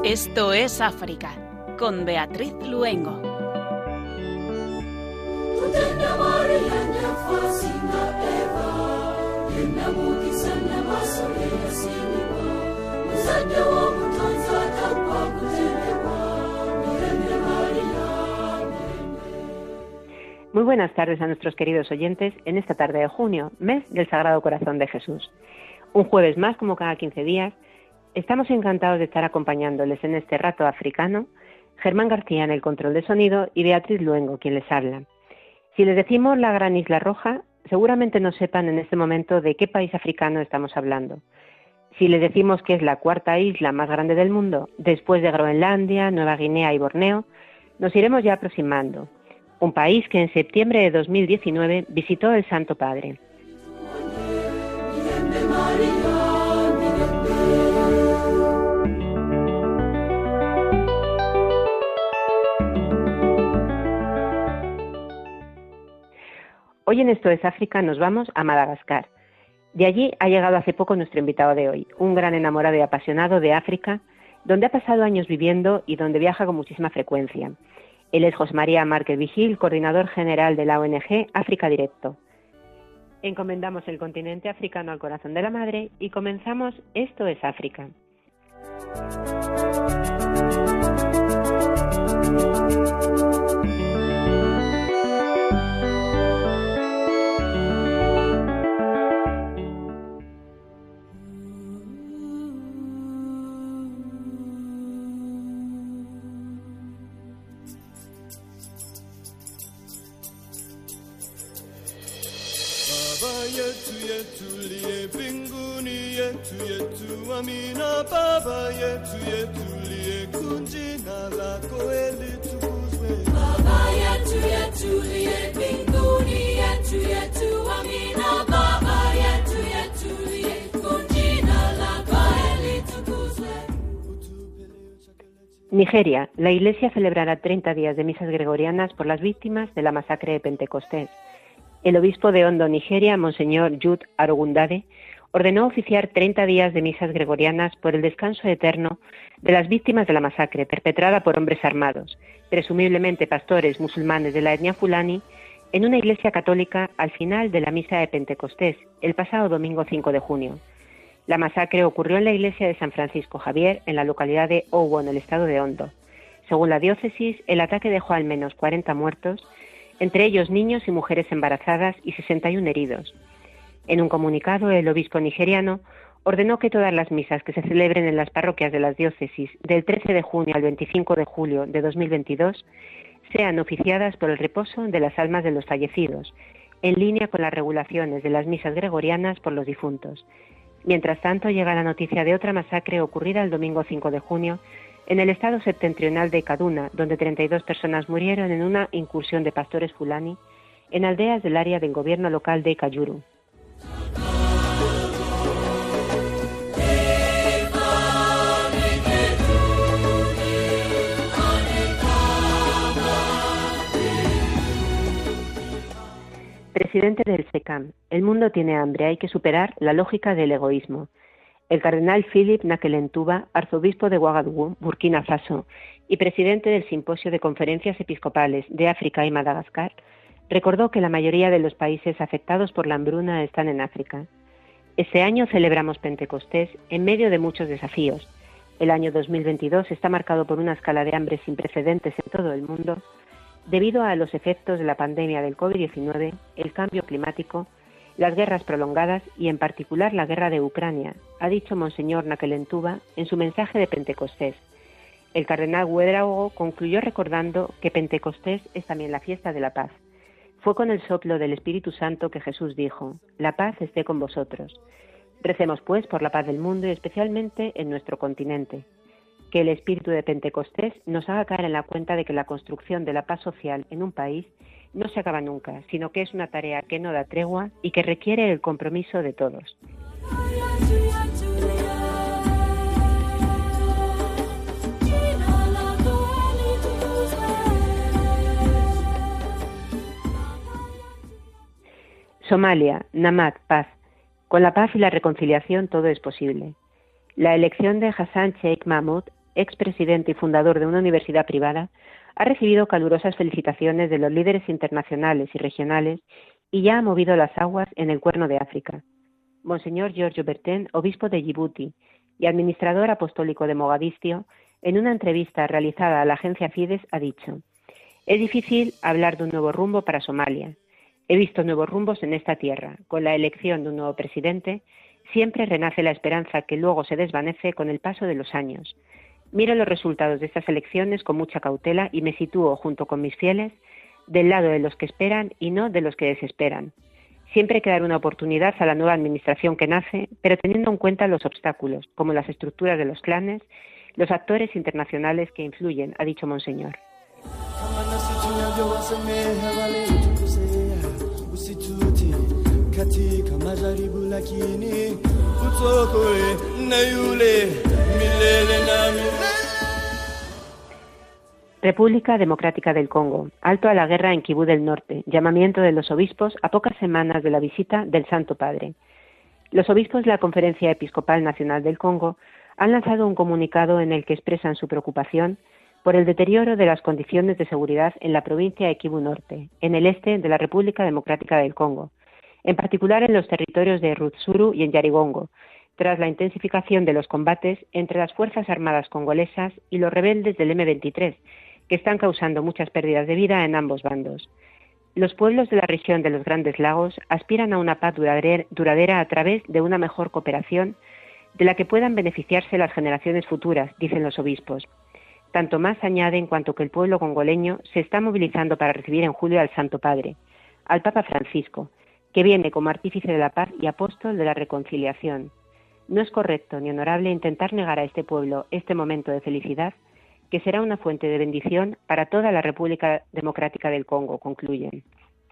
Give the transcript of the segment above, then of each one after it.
Esto es África, con Beatriz Luengo. Muy buenas tardes a nuestros queridos oyentes en esta tarde de junio, mes del Sagrado Corazón de Jesús. Un jueves más, como cada 15 días, estamos encantados de estar acompañándoles en este rato africano, Germán García en el control de sonido y Beatriz Luengo quien les habla. Si les decimos la Gran Isla Roja, seguramente no sepan en este momento de qué país africano estamos hablando. Si les decimos que es la cuarta isla más grande del mundo, después de Groenlandia, Nueva Guinea y Borneo, nos iremos ya aproximando. Un país que en septiembre de 2019 visitó el Santo Padre. Hoy en Esto es África nos vamos a Madagascar. De allí ha llegado hace poco nuestro invitado de hoy, un gran enamorado y apasionado de África, donde ha pasado años viviendo y donde viaja con muchísima frecuencia. Él es José María Márquez Vigil, coordinador general de la ONG África Directo. Encomendamos el continente africano al corazón de la Madre y comenzamos Esto es África. Nigeria. La Iglesia celebrará 30 días de misas gregorianas por las víctimas de la masacre de Pentecostés. El obispo de Ondo, Nigeria, Monseñor Jude Arogundade, ordenó oficiar 30 días de misas gregorianas por el descanso eterno de las víctimas de la masacre perpetrada por hombres armados, presumiblemente pastores musulmanes de la etnia fulani, en una iglesia católica al final de la misa de Pentecostés, el pasado domingo 5 de junio. La masacre ocurrió en la iglesia de San Francisco Javier, en la localidad de Owo, en el estado de Ondo. Según la diócesis, el ataque dejó al menos 40 muertos, entre ellos niños y mujeres embarazadas y 61 heridos. En un comunicado, el obispo nigeriano ordenó que todas las misas que se celebren en las parroquias de las diócesis del 13 de junio al 25 de julio de 2022 sean oficiadas por el reposo de las almas de los fallecidos, en línea con las regulaciones de las misas gregorianas por los difuntos. Mientras tanto, llega la noticia de otra masacre ocurrida el domingo 5 de junio en el estado septentrional de Kaduna, donde 32 personas murieron en una incursión de pastores fulani en aldeas del área del gobierno local de Kayuru. Presidente del SECAM. El mundo tiene hambre, hay que superar la lógica del egoísmo. El cardenal Philip Nakelentuba, arzobispo de Ouagadougou, Burkina Faso, y presidente del Simposio de Conferencias Episcopales de África y Madagascar, recordó que la mayoría de los países afectados por la hambruna están en África. Este año celebramos Pentecostés en medio de muchos desafíos. El año 2022 está marcado por una escala de hambre sin precedentes en todo el mundo, debido a los efectos de la pandemia del COVID-19, el cambio climático, las guerras prolongadas y en particular la guerra de Ucrania, ha dicho Monseñor Nakelentuba en su mensaje de Pentecostés. El cardenal Ouedraogo concluyó recordando que Pentecostés es también la fiesta de la paz. Fue con el soplo del Espíritu Santo que Jesús dijo: «La paz esté con vosotros». Recemos pues por la paz del mundo y especialmente en nuestro continente. Que el espíritu de Pentecostés nos haga caer en la cuenta de que la construcción de la paz social en un país no se acaba nunca, sino que es una tarea que no da tregua y que requiere el compromiso de todos. Somalia, Namad, paz. Con la paz y la reconciliación todo es posible. La elección de Hassan Sheikh Mahmoud expresidente y fundador de una universidad privada, ha recibido calurosas felicitaciones de los líderes internacionales y regionales y ya ha movido las aguas en el Cuerno de África. Monseñor Giorgio Bertin, obispo de Yibuti y administrador apostólico de Mogadiscio, en una entrevista realizada a la agencia Fides, ha dicho: «Es difícil hablar de un nuevo rumbo para Somalia. He visto nuevos rumbos en esta tierra. Con la elección de un nuevo presidente, siempre renace la esperanza que luego se desvanece con el paso de los años. Miro los resultados de estas elecciones con mucha cautela y me sitúo, junto con mis fieles, del lado de los que esperan y no de los que desesperan. Siempre hay que dar una oportunidad a la nueva administración que nace, pero teniendo en cuenta los obstáculos, como las estructuras de los clanes, los actores internacionales que influyen», ha dicho Monseñor. República Democrática del Congo. Alto a la guerra en Kibú del Norte. Llamamiento de los obispos a pocas semanas de la visita del Santo Padre. Los obispos de la Conferencia Episcopal Nacional del Congo han lanzado un comunicado en el que expresan su preocupación por el deterioro de las condiciones de seguridad en la provincia de Kibú Norte, en el este de la República Democrática del Congo, en particular en los territorios de Rutshuru y en Yarigongo, tras la intensificación de los combates entre las Fuerzas Armadas congolesas y los rebeldes del M23, que están causando muchas pérdidas de vida en ambos bandos. Los pueblos de la región de los Grandes Lagos aspiran a una paz duradera a través de una mejor cooperación de la que puedan beneficiarse las generaciones futuras, dicen los obispos. Tanto más añaden cuanto que el pueblo congoleño se está movilizando para recibir en julio al Santo Padre, al Papa Francisco, que viene como artífice de la paz y apóstol de la reconciliación. No es correcto ni honorable intentar negar a este pueblo este momento de felicidad, que será una fuente de bendición para toda la República Democrática del Congo, concluyen.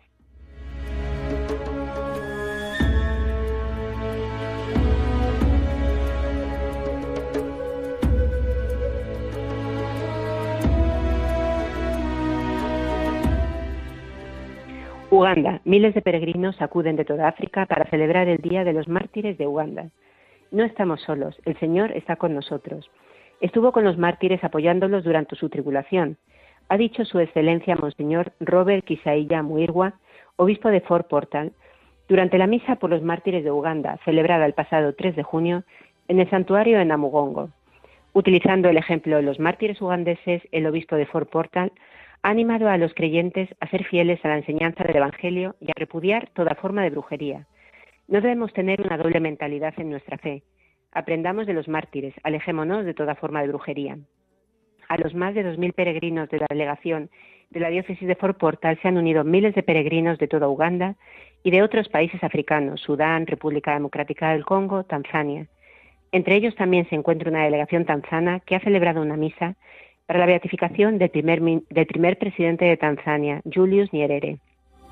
Uganda. Miles de peregrinos acuden de toda África para celebrar el Día de los Mártires de Uganda. No estamos solos, el Señor está con nosotros. Estuvo con los mártires apoyándolos durante su tribulación, ha dicho Su Excelencia Monseñor Robert Kisaiya Muirwa, obispo de Fort Portal, durante la misa por los mártires de Uganda, celebrada el pasado 3 de junio en el santuario de Namugongo. Utilizando el ejemplo de los mártires ugandeses, el obispo de Fort Portal ha animado a los creyentes a ser fieles a la enseñanza del Evangelio y a repudiar toda forma de brujería. No debemos tener una doble mentalidad en nuestra fe. Aprendamos de los mártires, alejémonos de toda forma de brujería. A los más de 2.000 peregrinos de la delegación de la diócesis de Fort Portal se han unido miles de peregrinos de toda Uganda y de otros países africanos, Sudán, República Democrática del Congo, Tanzania. Entre ellos también se encuentra una delegación tanzana que ha celebrado una misa para la beatificación del primer presidente de Tanzania, Julius Nyerere.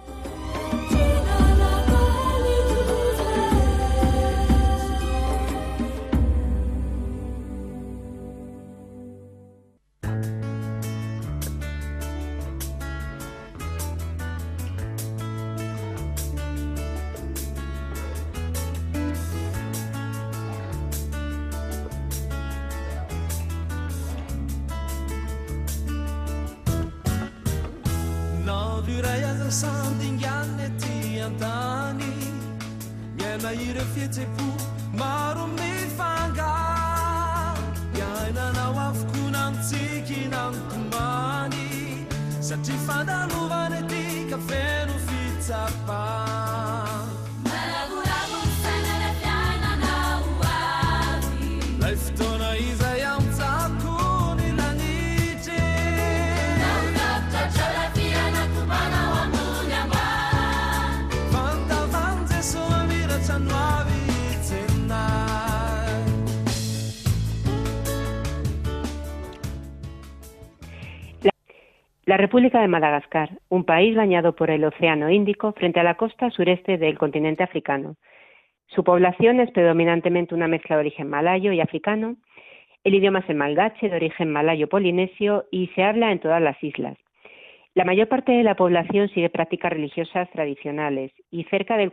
La República de Madagascar, un país bañado por el Océano Índico frente a la costa sureste del continente africano. Su población es predominantemente una mezcla de origen malayo y africano. El idioma es el malgache, de origen malayo-polinesio, y se habla en todas las islas. La mayor parte de la población sigue prácticas religiosas tradicionales y cerca del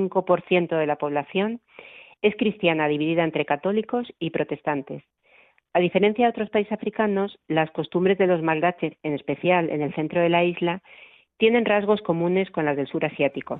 45% de la población es cristiana, dividida entre católicos y protestantes. A diferencia de otros países africanos, las costumbres de los malgaches, en especial en el centro de la isla, tienen rasgos comunes con las del sur asiático.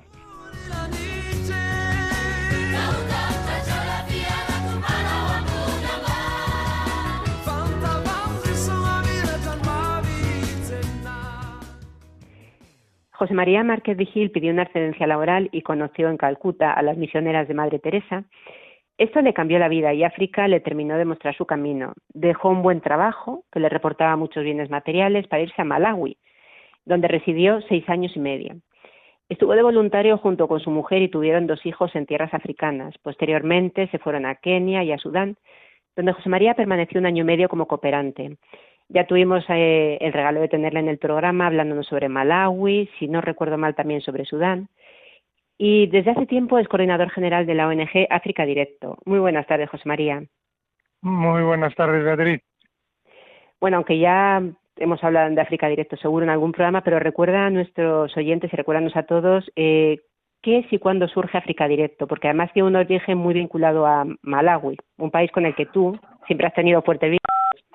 José María Márquez Vigil pidió una excedencia laboral y conoció en Calcuta a las misioneras de Madre Teresa. Esto le cambió la vida y África le terminó de mostrar su camino. Dejó un buen trabajo que le reportaba muchos bienes materiales para irse a Malawi, donde residió 6 años y medio. Estuvo de voluntario junto con su mujer y tuvieron 2 hijos en tierras africanas. Posteriormente se fueron a Kenia y a Sudán, donde José María permaneció 1 año y medio como cooperante. Ya tuvimos el regalo de tenerla en el programa hablándonos sobre Malawi, si no recuerdo mal también sobre Sudán. Y desde hace tiempo es coordinador general de la ONG África Directo. Muy buenas tardes, José María. Muy buenas tardes, Beatriz. Bueno, aunque ya hemos hablado de África Directo seguro en algún programa, pero recuerda a nuestros oyentes y recuérdanos a todos qué es y cuándo surge África Directo, porque además tiene un origen muy vinculado a Malawi, un país con el que tú siempre has tenido fuerte vínculo.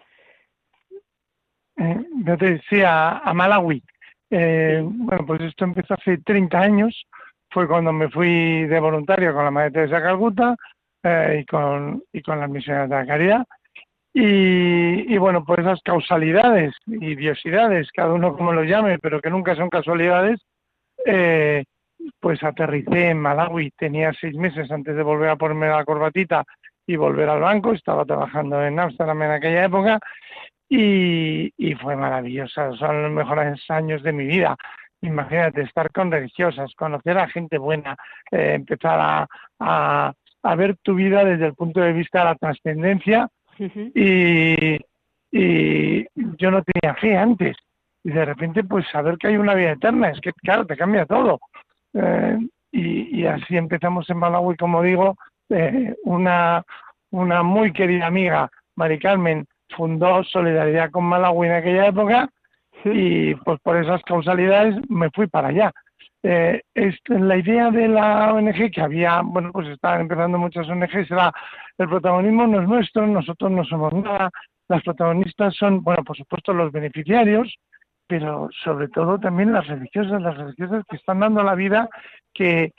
Beatriz, sí, a Malawi. Bueno, pues esto empezó hace 30 años. Fue cuando me fui de voluntario con la Madre Teresa de Calcuta y con las misiones de la caridad. Y bueno, pues esas causalidades y diosidades, cada uno como lo llame, pero que nunca son casualidades, pues aterricé en Malawi. Tenía 6 meses antes de volver a ponerme la corbatita y volver al banco. Estaba trabajando en Ámsterdam en aquella época y fue maravillosa. Son los mejores años de mi vida. Imagínate, estar con religiosas, conocer a gente buena, empezar a ver tu vida desde el punto de vista de la trascendencia. Y yo no tenía fe antes. Y de repente, pues saber que hay una vida eterna, es que, claro, te cambia todo. Y así empezamos en Malawi, como digo, una muy querida amiga, Mari Carmen, fundó Solidaridad con Malawi en aquella época y pues por esas causalidades me fui para allá. La idea de la ONG que había, bueno, pues estaban empezando muchas ONGs, era el protagonismo no es nuestro, nosotros no somos nada, las protagonistas son, bueno, por supuesto los beneficiarios, pero sobre todo también las religiosas que están dando la vida, que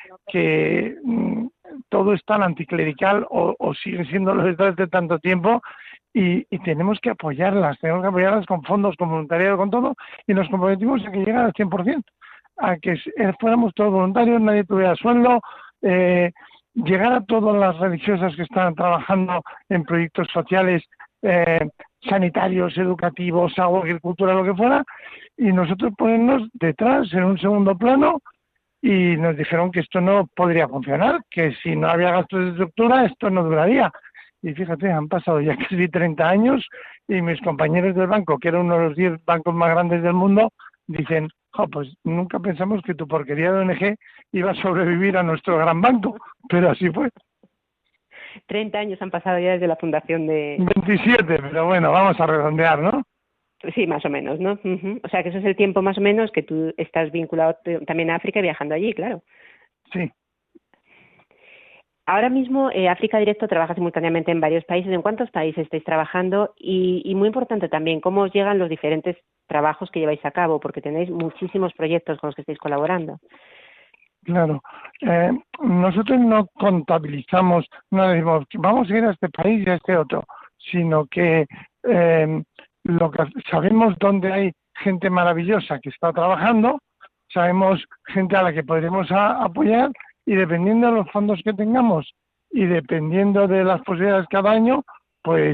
todo es tan anticlerical o sigue siéndolo desde hace tanto tiempo. Y tenemos que apoyarlas con fondos, con voluntariado, con todo, y nos comprometimos a que llegara al 100%, a que fuéramos todos voluntarios, nadie tuviera sueldo, llegar a todas las religiosas que están trabajando en proyectos sociales, sanitarios, educativos, agua, agricultura, lo que fuera, y nosotros ponernos detrás en un segundo plano, y nos dijeron que esto no podría funcionar, que si no había gastos de estructura esto no duraría. Y fíjate, han pasado ya casi 30 años y mis compañeros del banco, que era uno de los 10 bancos más grandes del mundo, dicen, pues nunca pensamos que tu porquería de ONG iba a sobrevivir a nuestro gran banco, pero así fue. 30 años han pasado ya desde la fundación de... 27, pero bueno, vamos a redondear, ¿no? Sí, más o menos, ¿no? O sea, que eso es el tiempo más o menos que tú estás vinculado también a África viajando allí, claro. Sí. Ahora mismo África Directo trabaja simultáneamente en varios países. ¿En cuántos países estáis trabajando? Y muy importante también, ¿cómo os llegan los diferentes trabajos que lleváis a cabo? Porque tenéis muchísimos proyectos con los que estáis colaborando. Claro. Nosotros no contabilizamos, no decimos, vamos a ir a este país y a este otro, sino que lo que sabemos dónde hay gente maravillosa que está trabajando, sabemos gente a la que podremos apoyar, y dependiendo de los fondos que tengamos y dependiendo de las posibilidades cada año, pues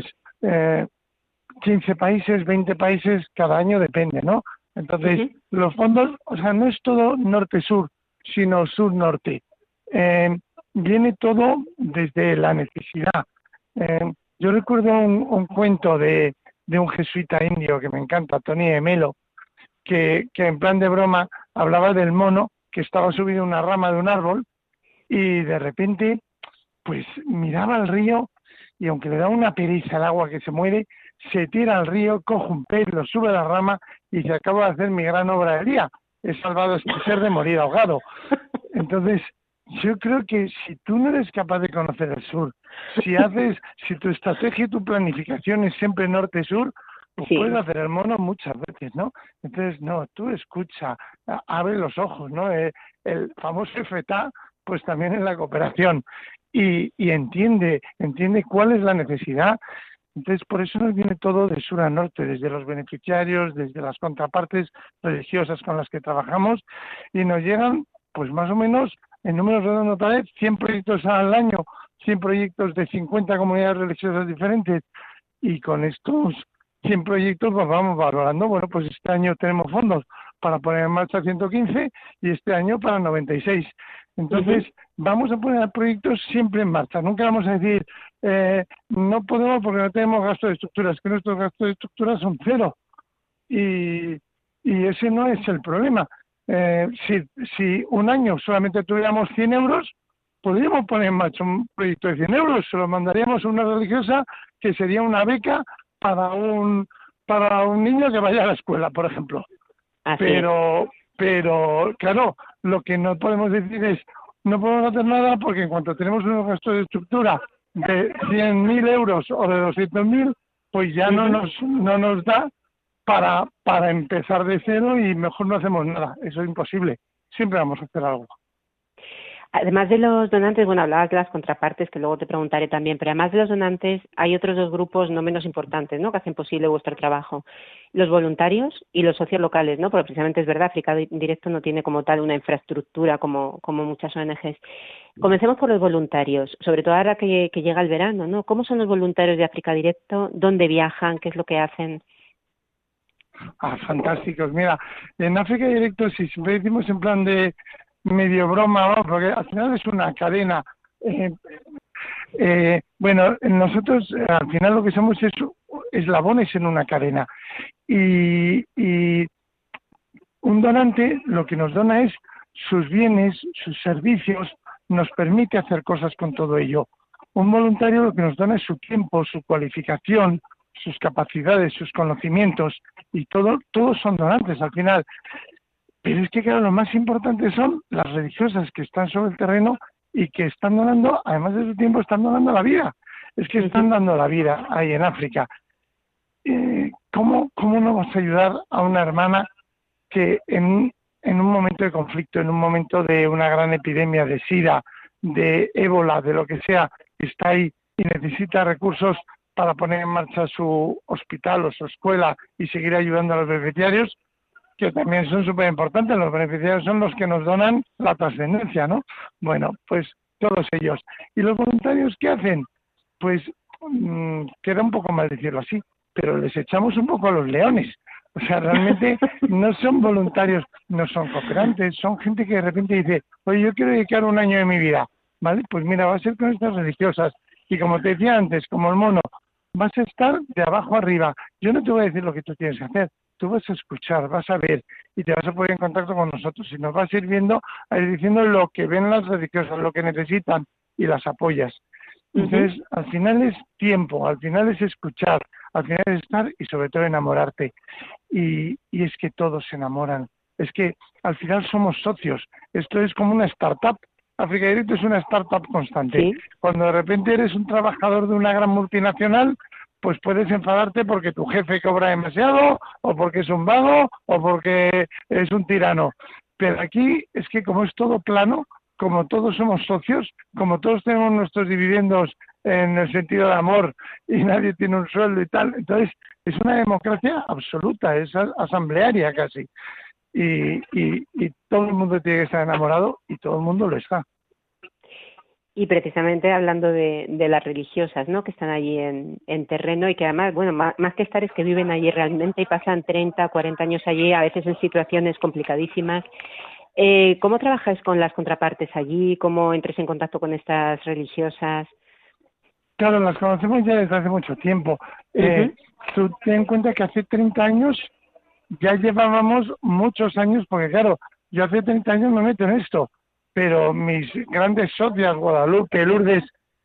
15 países, 20 países cada año depende, ¿no? Entonces, los fondos, o sea, no es todo norte-sur, sino sur-norte. Viene todo desde la necesidad. Yo recuerdo un cuento de un jesuita indio que me encanta, Tony de Melo, que en plan de broma hablaba del mono que estaba subido a una rama de un árbol y de repente pues miraba al río y aunque le da una pereza al agua que se muere, se tira al río, coge un pez, lo sube a la rama y se acaba de hacer mi gran obra del día. He salvado a este ser de morir ahogado. Entonces, Yo creo que si tú no eres capaz de conocer el sur, si tu estrategia y tu planificación es siempre norte-sur, pues Sí. puedes hacer el mono muchas veces, ¿no? Entonces, no, tú escucha, abre los ojos, ¿no? El famoso FETA, pues también en la cooperación, y entiende cuál es la necesidad. Entonces, por eso nos viene todo de sur a norte, desde los beneficiarios, desde las contrapartes religiosas con las que trabajamos, y nos llegan, pues más o menos, en números redondos otra vez, 100 proyectos al año, 100 proyectos de 50 comunidades religiosas diferentes, y con estos 100 proyectos pues vamos valorando, bueno, pues este año tenemos fondos para poner en marcha 115 y este año para 96. Entonces, vamos a poner proyectos siempre en marcha. Nunca vamos a decir, no podemos porque no tenemos gasto de estructuras, que nuestros gastos de estructuras son cero. Y ese no es el problema. Si un año solamente tuviéramos 100 euros, podríamos poner en marcha un proyecto de 100 euros. Se lo mandaríamos a una religiosa que sería una beca para un niño que vaya a la escuela, por ejemplo. Pero claro, lo que no podemos decir es, no podemos hacer nada porque en cuanto tenemos unos gastos de estructura de 100.000 euros o de 200.000, pues ya no nos da para empezar de cero y mejor no hacemos nada. Eso es imposible. Siempre vamos a hacer algo. Además de los donantes, bueno, hablabas de las contrapartes, que luego te preguntaré también, pero además de los donantes hay otros dos grupos no menos importantes, ¿no?, que hacen posible vuestro trabajo. Los voluntarios y los socios locales, ¿no?, porque precisamente es verdad, África Directo no tiene como tal una infraestructura como muchas ONGs. Comencemos por los voluntarios, sobre todo ahora que llega el verano, ¿no? ¿Cómo son los voluntarios de África Directo? ¿Dónde viajan? ¿Qué es lo que hacen? Fantásticos. Mira, en África Directo, si siempre decimos en plan de medio broma, ¿no?, porque al final es una cadena. Bueno, nosotros al final lo que somos es eslabones en una cadena. Y un donante lo que nos dona es sus bienes, sus servicios, nos permite hacer cosas con todo ello. Un voluntario lo que nos dona es su tiempo, su cualificación, sus capacidades, sus conocimientos, y todos son donantes al final. Pero es que, claro, lo más importante son las religiosas que están sobre el terreno y que están donando, además de su tiempo, están donando la vida. Es que están dando la vida ahí en África. ¿Cómo no vas a ayudar a una hermana que en un momento de conflicto, en un momento de una gran epidemia de SIDA, de ébola, de lo que sea, está ahí y necesita recursos para poner en marcha su hospital o su escuela y seguir ayudando a los beneficiarios, que también son súper importantes? Los beneficiarios son los que nos donan la trascendencia, ¿no? Bueno, pues todos ellos. ¿Y los voluntarios qué hacen? Pues queda un poco mal decirlo así, pero les echamos un poco a los leones. O sea, realmente no son voluntarios, no son cooperantes, son gente que de repente dice, oye, yo quiero dedicar un año de mi vida, ¿vale? Pues mira, va a ser con estas religiosas. Y como te decía antes, como el mono, vas a estar de abajo arriba. Yo no te voy a decir lo que tú tienes que hacer. Tú vas a escuchar, vas a ver y te vas a poner en contacto con nosotros y nos vas a ir viendo, a ir diciendo lo que ven las religiosas, lo que necesitan, y las apoyas. Entonces, al final es tiempo, al final es escuchar, al final es estar y sobre todo enamorarte. Y es que todos se enamoran. Es que al final somos socios. Esto es como una startup. África Directo es una startup constante. ¿Sí? Cuando de repente eres un trabajador de una gran multinacional, pues puedes enfadarte porque tu jefe cobra demasiado, o porque es un vago, o porque es un tirano. Pero aquí es que como es todo plano, como todos somos socios, como todos tenemos nuestros dividendos en el sentido de amor y nadie tiene un sueldo y tal, entonces es una democracia absoluta, es asamblearia casi. Y todo el mundo tiene que estar enamorado y todo el mundo lo está. Y precisamente hablando de las religiosas, ¿no?, que están allí en terreno y que además, bueno, más que estar es que viven allí realmente y pasan 30, 40 años allí, a veces en situaciones complicadísimas. ¿Cómo trabajáis con las contrapartes allí? ¿Cómo entras en contacto con estas religiosas? Claro, las conocemos ya desde hace mucho tiempo. Tú ten en cuenta que hace 30 años ya llevábamos muchos años, porque claro, yo hace 30 años me meto en esto, pero mis grandes socias, Guadalupe, Lourdes,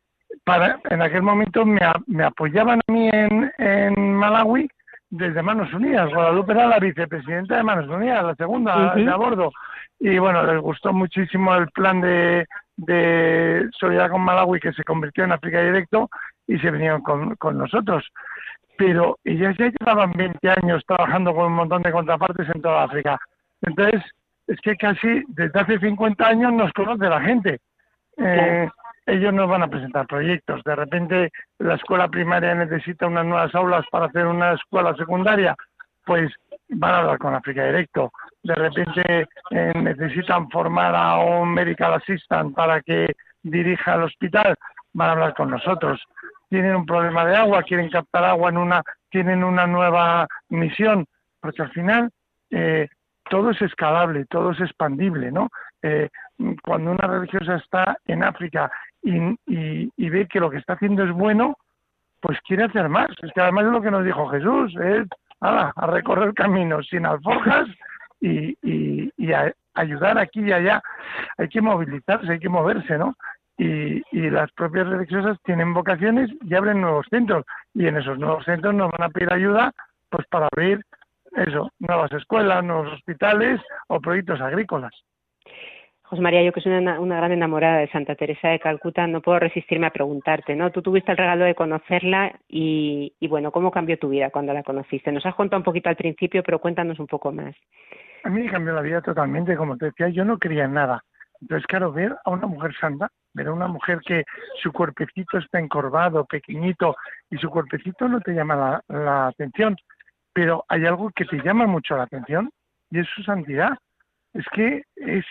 en aquel momento me apoyaban a mí en Malawi desde Manos Unidas. Guadalupe era la vicepresidenta de Manos Unidas, la segunda de a bordo. Y bueno, les gustó muchísimo el plan de de Solidaridad con Malawi, que se convirtió en África Directo, y se vinieron con nosotros. Pero ellas ya llevaban 20 años trabajando con un montón de contrapartes en toda África. Entonces, es que casi desde hace 50 años nos conoce la gente. Ellos nos van a presentar proyectos. De repente, la escuela primaria necesita unas nuevas aulas para hacer una escuela secundaria, pues van a hablar con África Directo. De repente necesitan formar a un medical assistant para que dirija el hospital, van a hablar con nosotros. Tienen un problema de agua, quieren captar agua tienen una nueva misión, porque al final todo es escalable, todo es expandible, ¿no? Cuando una religiosa está en África y ve que lo que está haciendo es bueno, pues quiere hacer más. Es que además es lo que nos dijo Jesús, a recorrer caminos sin alforjas y a ayudar aquí y allá. Hay que movilizarse, hay que moverse, ¿no? Y las propias religiosas tienen vocaciones y abren nuevos centros. Y en esos nuevos centros nos van a pedir ayuda pues para abrir nuevas escuelas, nuevos hospitales o proyectos agrícolas. José María, yo que soy una gran enamorada de Santa Teresa de Calcuta, no puedo resistirme a preguntarte, ¿no? Tú tuviste el regalo de conocerla y bueno, ¿cómo cambió tu vida cuando la conociste? Nos has contado un poquito al principio, pero cuéntanos un poco más. A mí me cambió la vida totalmente, como te decía, yo no creía en nada. Entonces, claro, ver a una mujer santa, ver a una mujer que su cuerpecito está encorvado, pequeñito, y su cuerpecito no te llama la atención, pero hay algo que te llama mucho la atención, y es su santidad. Es que es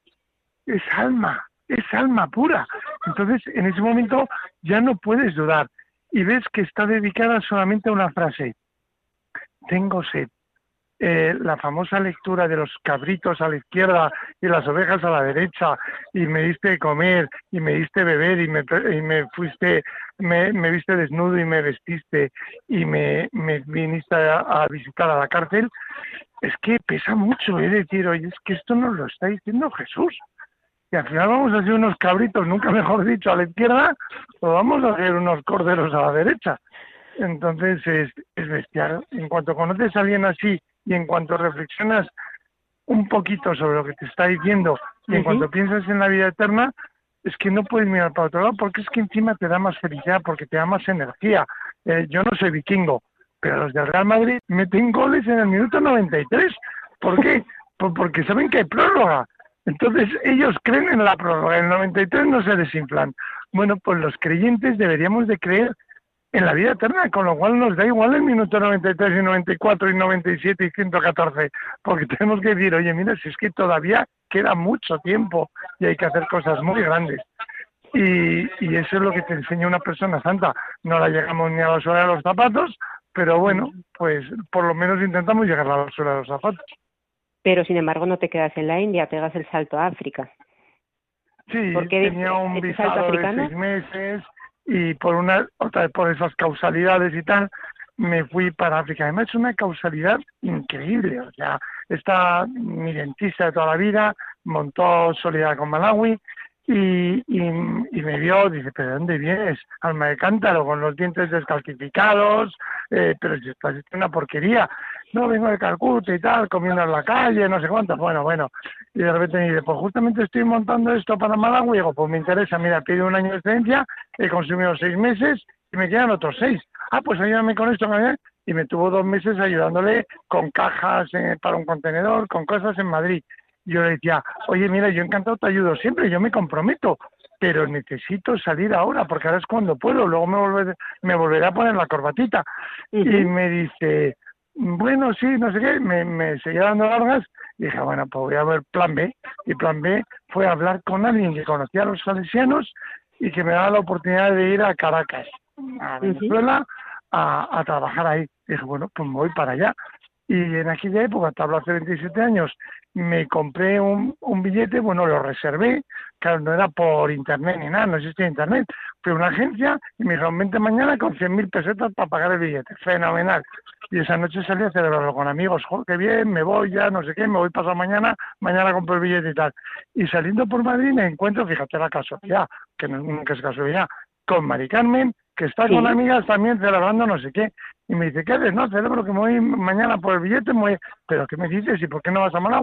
alma pura. Entonces, en ese momento ya no puedes dudar, y ves que está dedicada solamente a una frase: tengo sed. La famosa lectura de los cabritos a la izquierda y las ovejas a la derecha, y me diste de comer y me diste beber y me viste desnudo y me vestiste y me viniste a visitar a la cárcel. Es que pesa mucho, decir, oye, es que esto nos lo está diciendo Jesús. Y al final vamos a hacer unos cabritos, nunca mejor dicho, a la izquierda, o vamos a hacer unos corderos a la derecha. Entonces es bestial. En cuanto conoces a alguien así y en cuanto reflexionas un poquito sobre lo que te está diciendo y en cuanto piensas en la vida eterna, es que no puedes mirar para otro lado, porque es que encima te da más felicidad, porque te da más energía. Yo no soy vikingo, pero los del Real Madrid meten goles en el minuto 93. ¿Por qué? Pues porque saben que hay prórroga. Entonces ellos creen en la prórroga, en el 93 no se desinflan. Bueno, pues los creyentes deberíamos de creer en la vida eterna, con lo cual nos da igual el minuto 93 y 94 y 97 y 114, porque tenemos que decir, oye, mira, si es que todavía queda mucho tiempo y hay que hacer cosas muy grandes. Y eso es lo que te enseña una persona santa. No la llegamos ni a la suela de los zapatos, pero bueno, pues por lo menos intentamos llegar a la suela de los zapatos. Pero sin embargo no te quedas en la India, pegas el salto a África. Sí, tenía un visado de 6 meses y por esas causalidades y tal, me fui para África. Además es una causalidad increíble. O sea, mi dentista de toda la vida montó Solidaridad con Malawi y me vio, dice, ¿pero de dónde vienes? Alma de cántaro, con los dientes descalcificados, pero si estás haciendo una porquería. No, vengo de Calcuta y tal, comiendo en la calle, no sé cuánto. Bueno. Y de repente me dice, pues justamente estoy montando esto para Malawi. Y digo, pues me interesa, mira, pido un año de excedencia, he consumido 6 meses y me quedan otros 6. Pues ayúdame con esto, y me tuvo 2 meses ayudándole con cajas para un contenedor, con cosas en Madrid. Yo le decía, oye, mira, yo encantado te ayudo siempre, yo me comprometo, pero necesito salir ahora, porque ahora es cuando puedo, luego me volveré a poner la corbatita. Y me dice, bueno, sí, no sé qué, me seguía dando largas, y dije, bueno, pues voy a ver plan B, y plan B fue hablar con alguien que conocía a los salesianos y que me daba la oportunidad de ir a Caracas, a Venezuela, a trabajar ahí. Y dije, bueno, pues me voy para allá. Y en aquella época, te hablo hace 27 años, me compré un billete, bueno, lo reservé, claro, no era por internet ni nada, no existía internet. Fui a una agencia y me dijeron, vente mañana con 100.000 pesetas para pagar el billete. Fenomenal. Y esa noche salí a celebrarlo con amigos. ¡Joder, qué bien! Me voy ya, no sé qué, me voy pasado mañana compro el billete y tal. Y saliendo por Madrid me encuentro, fíjate la casualidad, que nunca es casualidad, con Mari Carmen, que está con amigas también celebrando no sé qué. Y me dice, ¿qué haces? No, celebro que me voy mañana por el billete. ¿Pero qué me dices? ¿Y por qué no vas a Malawi?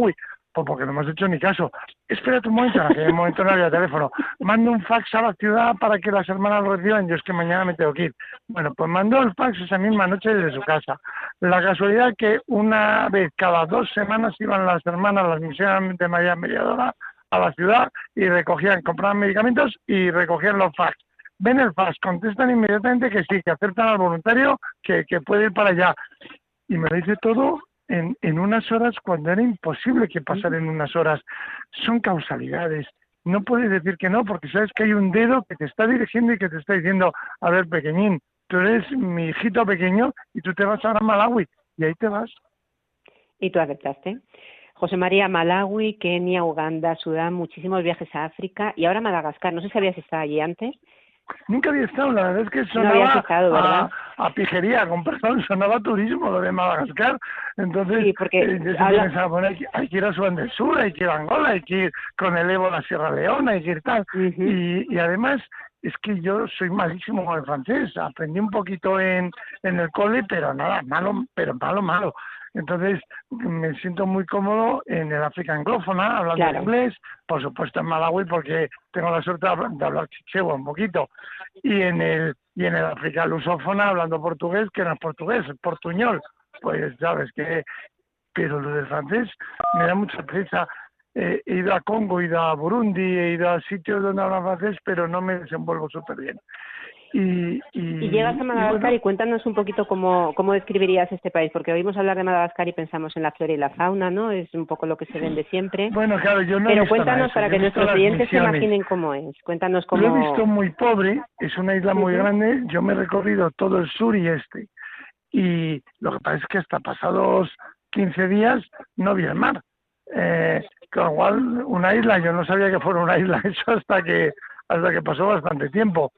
pues porque no hemos hecho ni caso. Espérate un momento, en aquel momento no había teléfono. Mando un fax a la ciudad para que las hermanas lo reciban, yo es que mañana me tengo que ir. Bueno, pues mandó el fax esa misma noche desde su casa. La casualidad que una vez cada 2 semanas iban las hermanas, las misiones de María Mediadora, a la ciudad y recogían, compraban medicamentos y recogían los fax. Ven el fax, contestan inmediatamente que sí, que aceptan al voluntario, que puede ir para allá. Y me lo dice todo en unas horas cuando era imposible que pasara en unas horas. Son causalidades. No puedes decir que no, porque sabes que hay un dedo que te está dirigiendo y que te está diciendo, a ver, pequeñín, tú eres mi hijito pequeño y tú te vas ahora a Malawi. Y ahí te vas. Y tú aceptaste. José María, Malawi, Kenia, Uganda, Sudán, muchísimos viajes a África y ahora Madagascar. No sé si habías estado allí antes. Nunca había estado, la verdad es que sonaba no habías estado, ¿verdad? a pijería, con perdón, sonaba a turismo lo de Madagascar. Entonces, sí, porque pensaba, bueno, hay que ir a Sudán del Sur, hay que ir a Angola, hay que ir con el Ébola a Sierra Leona, hay que ir tal. Y además, es que yo soy malísimo con el francés, aprendí un poquito en el cole, pero nada, malo. Entonces, me siento muy cómodo en el África anglófona, hablando inglés, por supuesto en Malawi, porque tengo la suerte de hablar chichewa un poquito, y en el África lusófona, hablando portugués, que no es portugués, es portuñol, pues sabes que, pero lo del francés me da mucha prisa. He ido a Congo, he ido a Burundi, he ido a sitios donde hablan francés, pero no me desenvuelvo súper bien. Y llegas a Madagascar y cuéntanos un poquito cómo describirías este país, porque oímos hablar de Madagascar y pensamos en la flora y la fauna, ¿no? Es un poco lo que se vende siempre. Bueno, claro, yo no he Pero visto cuéntanos nada, para que nuestros clientes se imaginen cómo es. Cuéntanos cómo... Lo he visto muy pobre, es una isla muy grande, yo me he recorrido todo el sur y este, y lo que pasa es que hasta pasados 15 días no vi el mar. Con lo cual, una isla, yo no sabía que fuera una isla eso hasta que pasó bastante tiempo.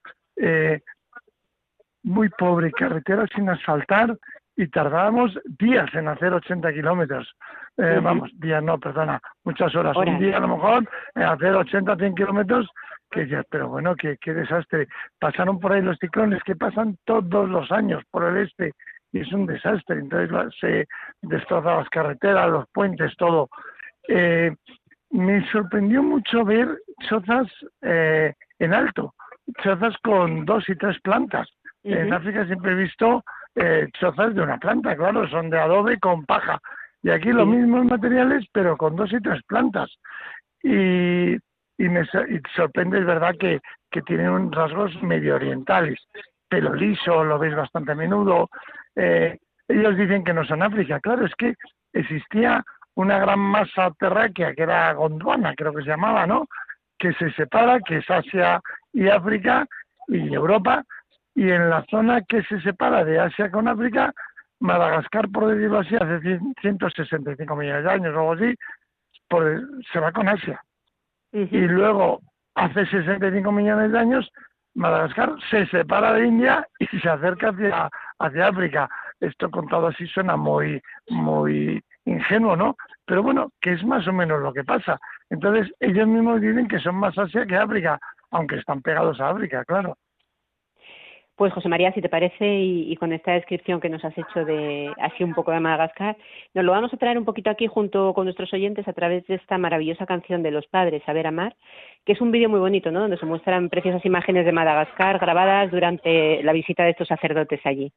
Muy pobre, carretera sin asfaltar y tardábamos días en hacer 80 kilómetros. Vamos, días no, perdona, muchas horas. Un día a lo mejor en hacer 80, 100 kilómetros, que ya, pero bueno, qué desastre. Pasaron por ahí los ciclones que pasan todos los años por el este y es un desastre. Entonces se destrozan las carreteras, los puentes, todo. Me sorprendió mucho ver chozas en alto, chozas con 2 y 3 plantas. En África siempre he visto chozas de una planta, claro, son de adobe con paja. Y aquí los mismos materiales, pero con 2 y 3 plantas. Y me sorprende, es verdad, que tienen rasgos medio orientales. Pelo liso, lo ves bastante a menudo. Ellos dicen que no son África. Claro, es que existía una gran masa terráquea que era Gondwana, creo que se llamaba, ¿no? Que se separa, que es Asia y África y Europa, y en la zona que se separa de Asia con África, Madagascar, por decirlo así, hace 165 millones de años o algo así, se va con Asia. Y luego, hace 65 millones de años, Madagascar se separa de India y se acerca hacia África. Esto contado así suena muy, muy ingenuo, ¿no? Pero bueno, que es más o menos lo que pasa. Entonces, ellos mismos dicen que son más Asia que África, aunque están pegados a África, claro. Pues José María, si te parece, y con esta descripción que nos has hecho de así un poco de Madagascar, nos lo vamos a traer un poquito aquí junto con nuestros oyentes a través de esta maravillosa canción de Los Padres, Saber Amar, que es un vídeo muy bonito, ¿no? Donde se muestran preciosas imágenes de Madagascar grabadas durante la visita de estos sacerdotes allí.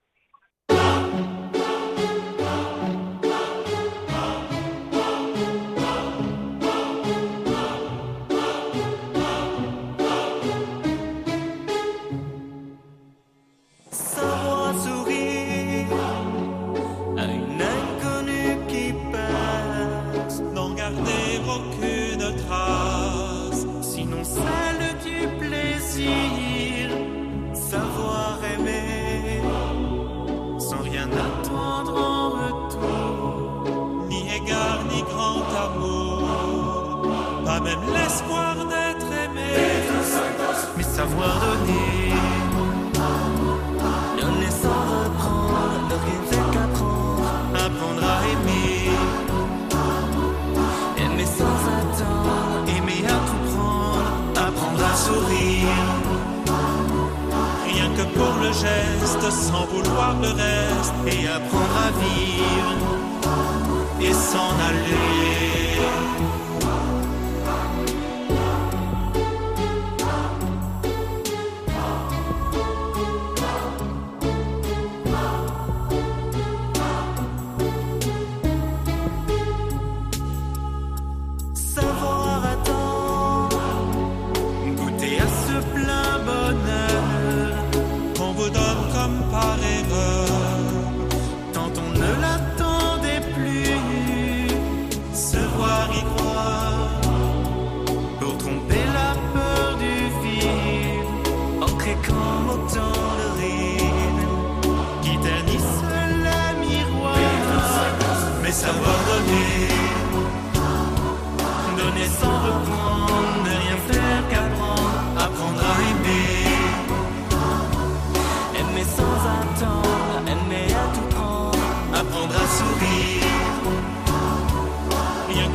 Même l'espoir d'être aimé, mais savoir donner, donner sans reprendre, ne rien fait qu'apprendre, apprendre à aimer, aimer sans attendre, aimer à tout prendre, apprendre à sourire, rien que pour le geste, sans vouloir le reste, et apprendre à vivre, et s'en aller.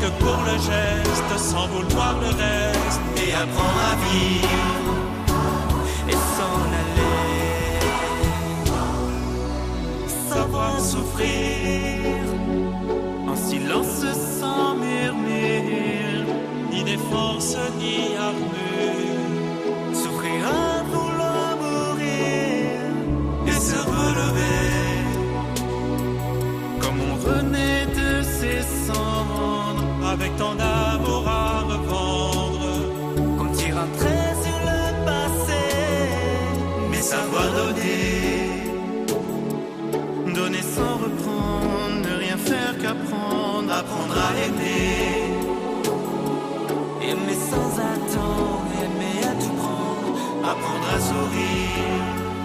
que pour le geste, sans vouloir le reste, et apprendre à vivre et s'en aller. Savoir souffrir en silence sans murmure, ni défense ni armure. Souffrir à vouloir mourir et se relever, comme on renaît de ses cendres, avec tant d'amour à revendre. Qu'on tire un trait sur le passé, mais savoir donner sans reprendre, ne rien faire qu'apprendre, apprendre à aimer. Aimer sans attendre, aimer à tout prendre, apprendre à sourire.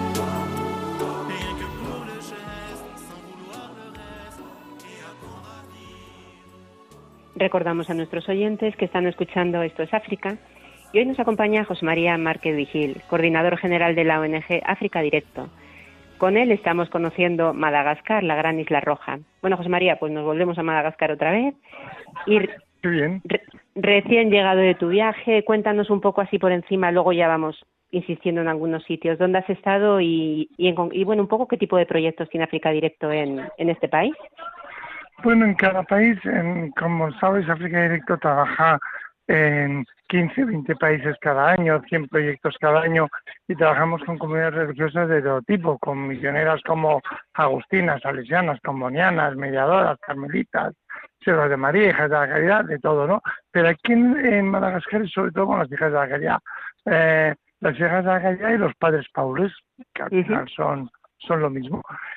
Rien que pour le geste, sans vouloir le reste, et apprendre à vivre. Recordamos a nuestros oyentes que están escuchando Esto es África y hoy nos acompaña José María Márquez Vigil, coordinador general de la ONG África Directo. Con él estamos conociendo Madagascar, la gran isla roja. Bueno, José María, pues nos volvemos a Madagascar otra vez. Y Qué bien. Recién llegado de tu viaje, cuéntanos un poco así por encima, luego ya vamos insistiendo en algunos sitios. ¿Dónde has estado y bueno, un poco qué tipo de proyectos tiene África Directo en este país? Bueno, en cada país, como sabes, África Directo trabaja en 15, 20 países cada año, 100 proyectos cada año, y trabajamos con comunidades religiosas de todo tipo, con misioneras como agustinas, salesianas, combonianas, mediadoras, carmelitas, Siervas de María, Hijas de la Caridad, de todo, ¿no? Pero aquí en Madagascar, sobre todo con las Hijas de la Caridad, las Hijas de la Caridad y los Padres Paules, que al final son lo mismo.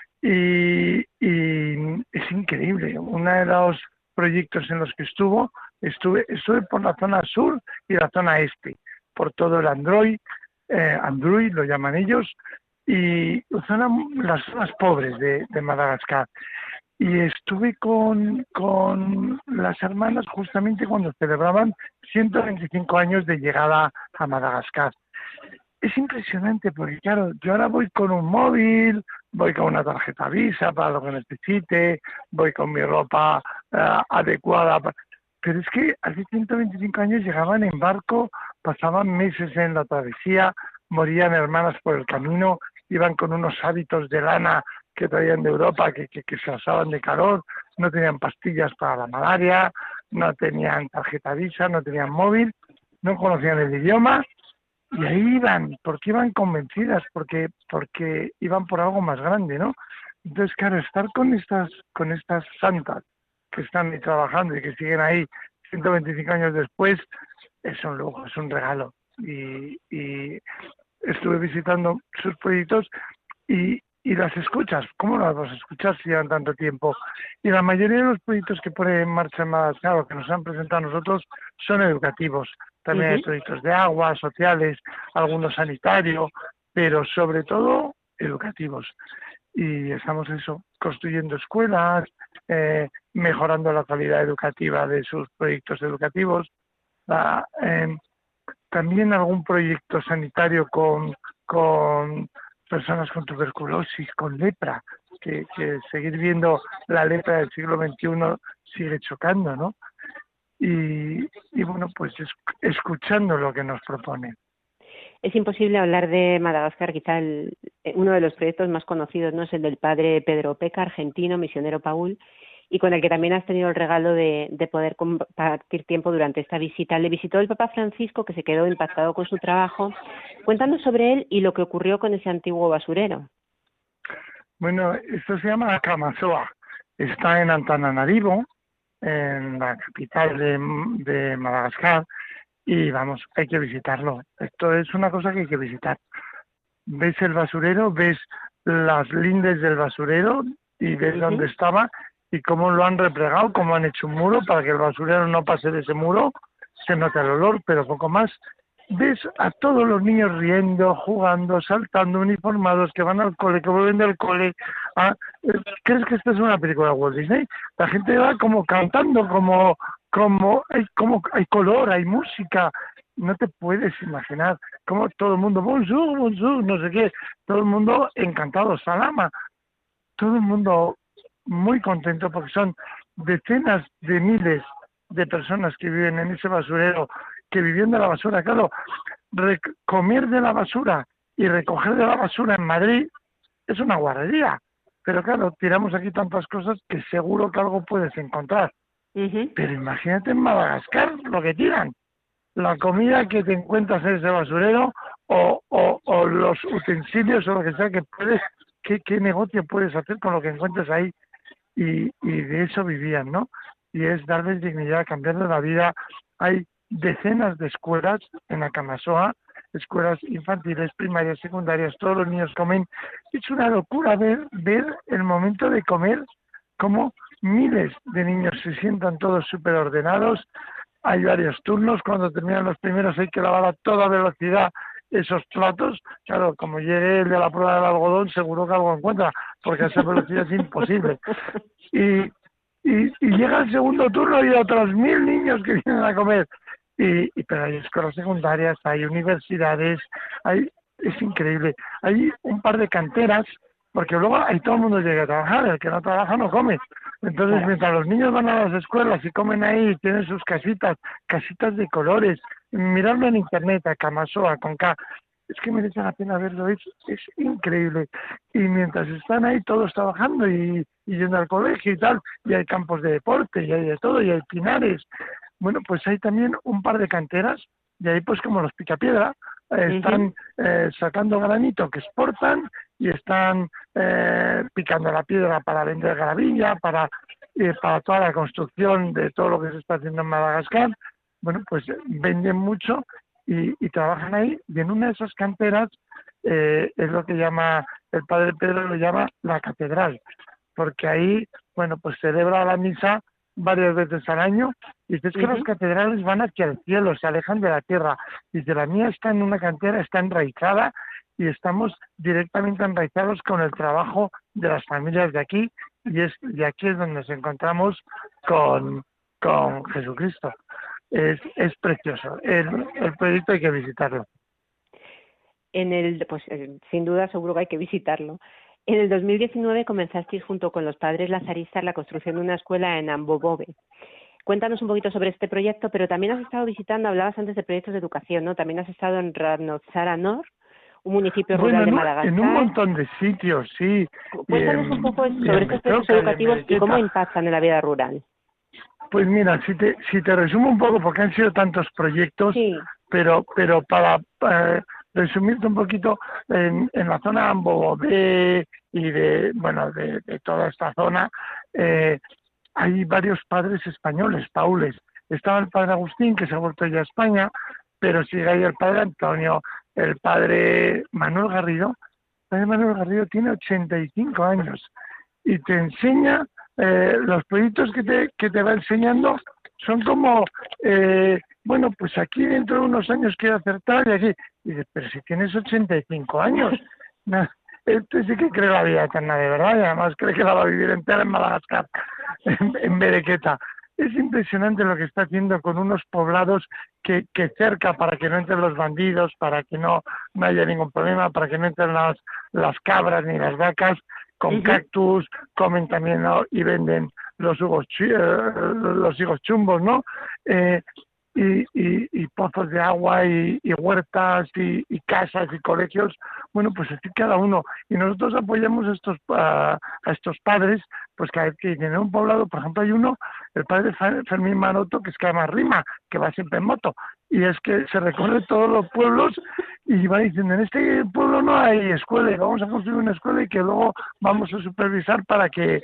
Y es increíble. Uno de los proyectos en los que estuve por la zona sur y la zona este, por todo el Android lo llaman ellos, y las zonas pobres de Madagascar. Y estuve con las hermanas justamente cuando celebraban 125 años de llegada a Madagascar. Es impresionante porque, claro, yo ahora voy con un móvil, voy con una tarjeta Visa para lo que necesite, voy con mi ropa adecuada. Pero es que hace 125 años llegaban en barco, pasaban meses en la travesía, morían hermanas por el camino, iban con unos hábitos de lana que traían de Europa, que se asaban de calor, no tenían pastillas para la malaria, no tenían tarjeta Visa, no tenían móvil, no conocían el idioma, y ahí iban, porque iban convencidas, porque iban por algo más grande, ¿no? Entonces, claro, estar con estas santas que están ahí trabajando y que siguen ahí 125 años después, es un lujo, es un regalo. Y estuve visitando sus proyectos y las escuchas. ¿Cómo las vas a escuchar si llevan tanto tiempo? Y la mayoría de los proyectos que pone en marcha Madagascar, o que nos han presentado a nosotros, son educativos. También hay proyectos de agua, sociales, algunos sanitarios, pero sobre todo educativos. Y estamos construyendo escuelas, mejorando la calidad educativa de sus proyectos educativos. También algún proyecto sanitario con personas con tuberculosis, con lepra, que seguir viendo la lepra del siglo XXI sigue chocando, ¿no? Y bueno, pues escuchando lo que nos proponen. Es imposible hablar de Madagascar, quizá uno de los proyectos más conocidos, ¿no? Es el del padre Pedro Peca, argentino, misionero Paul, y con el que también has tenido el regalo de poder compartir tiempo durante esta visita. Le visitó el Papa Francisco, que se quedó impactado con su trabajo. Cuéntanos sobre él y lo que ocurrió con ese antiguo basurero. Bueno, esto se llama Camasoa. Está en Antananarivo, en la capital de Madagascar, y vamos, hay que visitarlo. Esto es una cosa que hay que visitar. Ves el basurero, ves las lindes del basurero y ves dónde estaba y cómo lo han replegado, cómo han hecho un muro para que el basurero no pase de ese muro, se nota el olor, pero poco más. Ves a todos los niños riendo, jugando, saltando, uniformados, que van al cole, que vuelven del cole. ¿Crees que esta es una película de Walt Disney? La gente va como cantando, como hay color, hay música. No te puedes imaginar cómo todo el mundo, bonjour, bonjour, no sé qué, todo el mundo encantado, salama, todo el mundo muy contento porque son decenas de miles de personas que viven en ese basurero, que vivían de la basura. Claro, comer de la basura y recoger de la basura en Madrid es una guarrería. Pero claro, tiramos aquí tantas cosas que seguro que algo puedes encontrar. Pero imagínate en Madagascar lo que tiran. La comida que te encuentras en ese basurero o los utensilios o lo que sea que puedes, qué negocio puedes hacer con lo que encuentres ahí. Y de eso vivían, ¿no? Y es darles dignidad, cambiarles la vida. Hay decenas de escuelas en Akamasoa, escuelas infantiles, primarias, secundarias, todos los niños comen. Es una locura ver el momento de comer, como miles de niños se sientan todos súper ordenados. Hay varios turnos, cuando terminan los primeros hay que lavar a toda velocidad esos platos. Claro, como llegue el de la prueba del algodón, seguro que algo encuentra, porque a esa velocidad es imposible. Y llega el segundo turno y otros 1000 niños que vienen a comer. Pero hay escuelas secundarias, hay universidades, es increíble. Hay un par de canteras, porque luego ahí todo el mundo llega a trabajar, el que no trabaja no come. Entonces, mientras los niños van a las escuelas y comen ahí, tienen sus casitas de colores, mirarlo en internet, Akamasoa, con K, es que merece la pena verlo, es increíble. Y mientras están ahí todos trabajando y yendo al colegio y tal, y hay campos de deporte, y hay de todo, y hay pinares. Bueno, pues hay también un par de canteras, y ahí pues como los Picapiedra, están sacando granito que exportan y están picando la piedra para vender gravilla, para toda la construcción de todo lo que se está haciendo en Madagascar. Bueno, pues venden mucho y trabajan ahí, y en una de esas canteras es lo que llama, el padre Pedro lo llama la catedral, porque ahí, bueno, pues celebra la misa varias veces al año, y dice, es que las catedrales van hacia el cielo, se alejan de la tierra. Dice, la mía está en una cantera, está enraizada, y estamos directamente enraizados con el trabajo de las familias de aquí, y aquí es donde nos encontramos con Jesucristo. Es precioso, el proyecto hay que visitarlo. Sin duda seguro que hay que visitarlo. En el 2019 comenzasteis junto con los padres lazaristas la construcción de una escuela en Ambobove. Cuéntanos un poquito sobre este proyecto, pero también has estado visitando, hablabas antes de proyectos de educación, ¿no? También has estado en Ratnotsara Nor, un municipio rural de Madagascar. En un montón de sitios, sí. Cuéntanos un poco sobre estos proyectos educativos y cómo impactan en la vida rural. Pues mira, si te resumo un poco, porque han sido tantos proyectos, sí, pero para resumirte un poquito, en la zona Ambobove y de toda esta zona, hay varios padres españoles, paules. Estaba el padre Agustín, que se ha vuelto ya a España, pero sigue ahí el padre Antonio, el padre Manuel Garrido. El padre Manuel Garrido tiene 85 años y te enseña, los proyectos que te va enseñando son como, pues aquí dentro de unos años quiero hacer tal y aquí. Y dices, pero si tienes 85 años, este sí que cree la vida eterna de verdad, y además cree que la va a vivir entera en Madagascar, en Berequeta. Es impresionante lo que está haciendo con unos poblados que cerca, para que no entren los bandidos, para que no haya ningún problema, para que no entren las cabras ni las vacas, con cactus, comen también, ¿no? Y venden los higos chumbos, ¿no? Y pozos de agua y huertas y casas y colegios. Bueno, pues así cada uno. Y nosotros apoyamos a estos padres, pues que tienen un poblado, por ejemplo, hay uno, el padre Fermín Maroto, que es que además rima, que va siempre en moto, y es que se recorre todos los pueblos y va diciendo, en este pueblo no hay escuela, y vamos a construir una escuela y que luego vamos a supervisar para que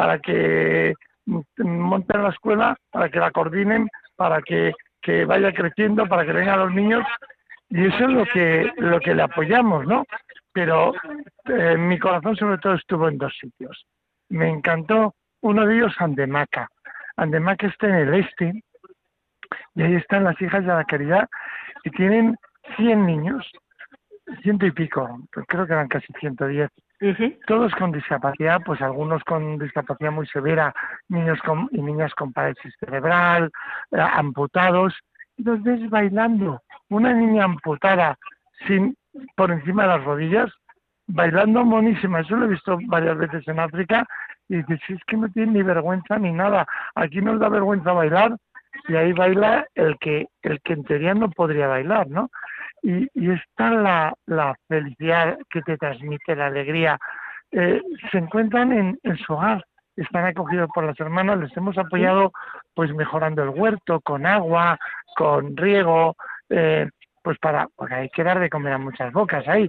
monten la escuela, para que la coordinen, para que vaya creciendo, para que vengan los niños, y eso es lo que le apoyamos, ¿no? Pero mi corazón sobre todo estuvo en dos sitios. Me encantó uno de ellos, Andemaca. Andemaca está en el este, y ahí están las hijas de la caridad, y tienen 100 niños, 100 y pico, pues creo que eran casi 110. Todos con discapacidad, pues algunos con discapacidad muy severa, niños y niñas con parálisis cerebral, amputados, y los ves bailando. Una niña amputada por encima de las rodillas, bailando monísima. Eso lo he visto varias veces en África, y dices, es que no tienen ni vergüenza ni nada. Aquí nos da vergüenza bailar, y ahí baila el que en teoría no podría bailar, ¿no? Y está la felicidad que te transmite, la alegría. Se encuentran en su hogar, están acogidos por las hermanas, les hemos apoyado pues mejorando el huerto, con agua, con riego, pues porque hay que dar de comer a muchas bocas ahí.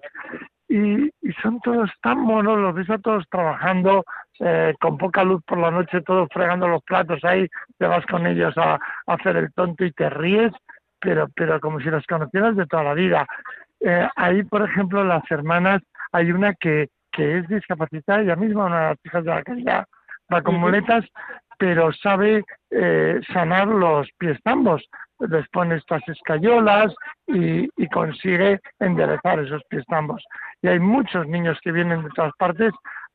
Y son todos tan monos, los ves a todos trabajando, con poca luz por la noche, todos fregando los platos ahí, te vas con ellos a hacer el tonto y te ríes, pero como si los conocieras de toda la vida. Ahí, por ejemplo, las hermanas, hay una que es discapacitada, ella misma, una de las hijas de la caridad, va con muletas, pero sabe sanar los pies tambos. Les pone estas escayolas y consigue enderezar esos pies tambos. Y hay muchos niños que vienen de todas partes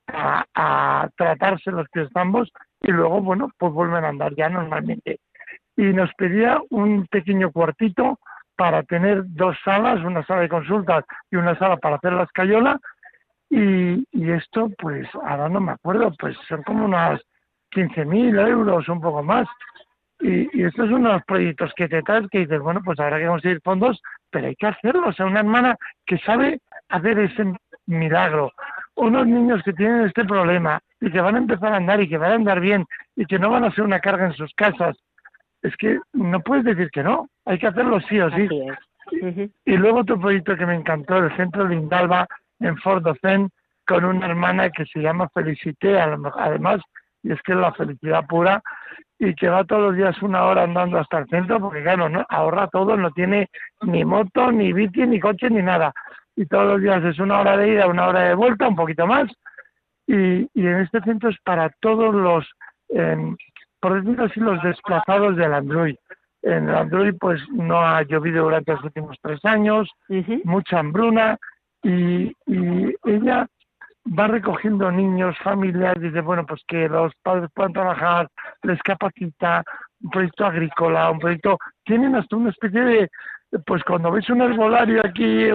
a tratarse los pies tambos y luego, bueno, pues vuelven a andar ya normalmente. Y nos pedía un pequeño cuartito para tener 2 salas, una sala de consultas y una sala para hacer la escayola. Y esto, pues, ahora no me acuerdo, pues son como unas 15.000 euros, un poco más. Y estos son unos proyectos que te traes que dices, bueno, pues habrá que conseguir fondos, pero hay que hacerlo. O sea, una hermana que sabe hacer ese milagro. Unos niños que tienen este problema y que van a empezar a andar y que van a andar bien y que no van a ser una carga en sus casas. Es que no puedes decir que no, hay que hacerlo sí o sí. Así es. Y luego otro proyecto que me encantó, el Centro Lindalba en Fort Dauphin, con una hermana que se llama Felicité, además, y es que es la felicidad pura, y que va todos los días 1 hora andando hasta el centro, porque claro, ¿no? Ahorra todo, no tiene ni moto, ni bici, ni coche, ni nada. Y todos los días es 1 hora de ida, 1 hora de vuelta, un poquito más. Y en este centro es para todos los, por decirlo así, los desplazados del Android. En el Android pues no ha llovido durante los últimos 3 años, mucha hambruna, y ella va recogiendo niños, familias, dice, bueno, pues que los padres puedan trabajar, les capacita, un proyecto agrícola, un proyecto... Tienen hasta una especie de... Pues cuando ves un herbolario aquí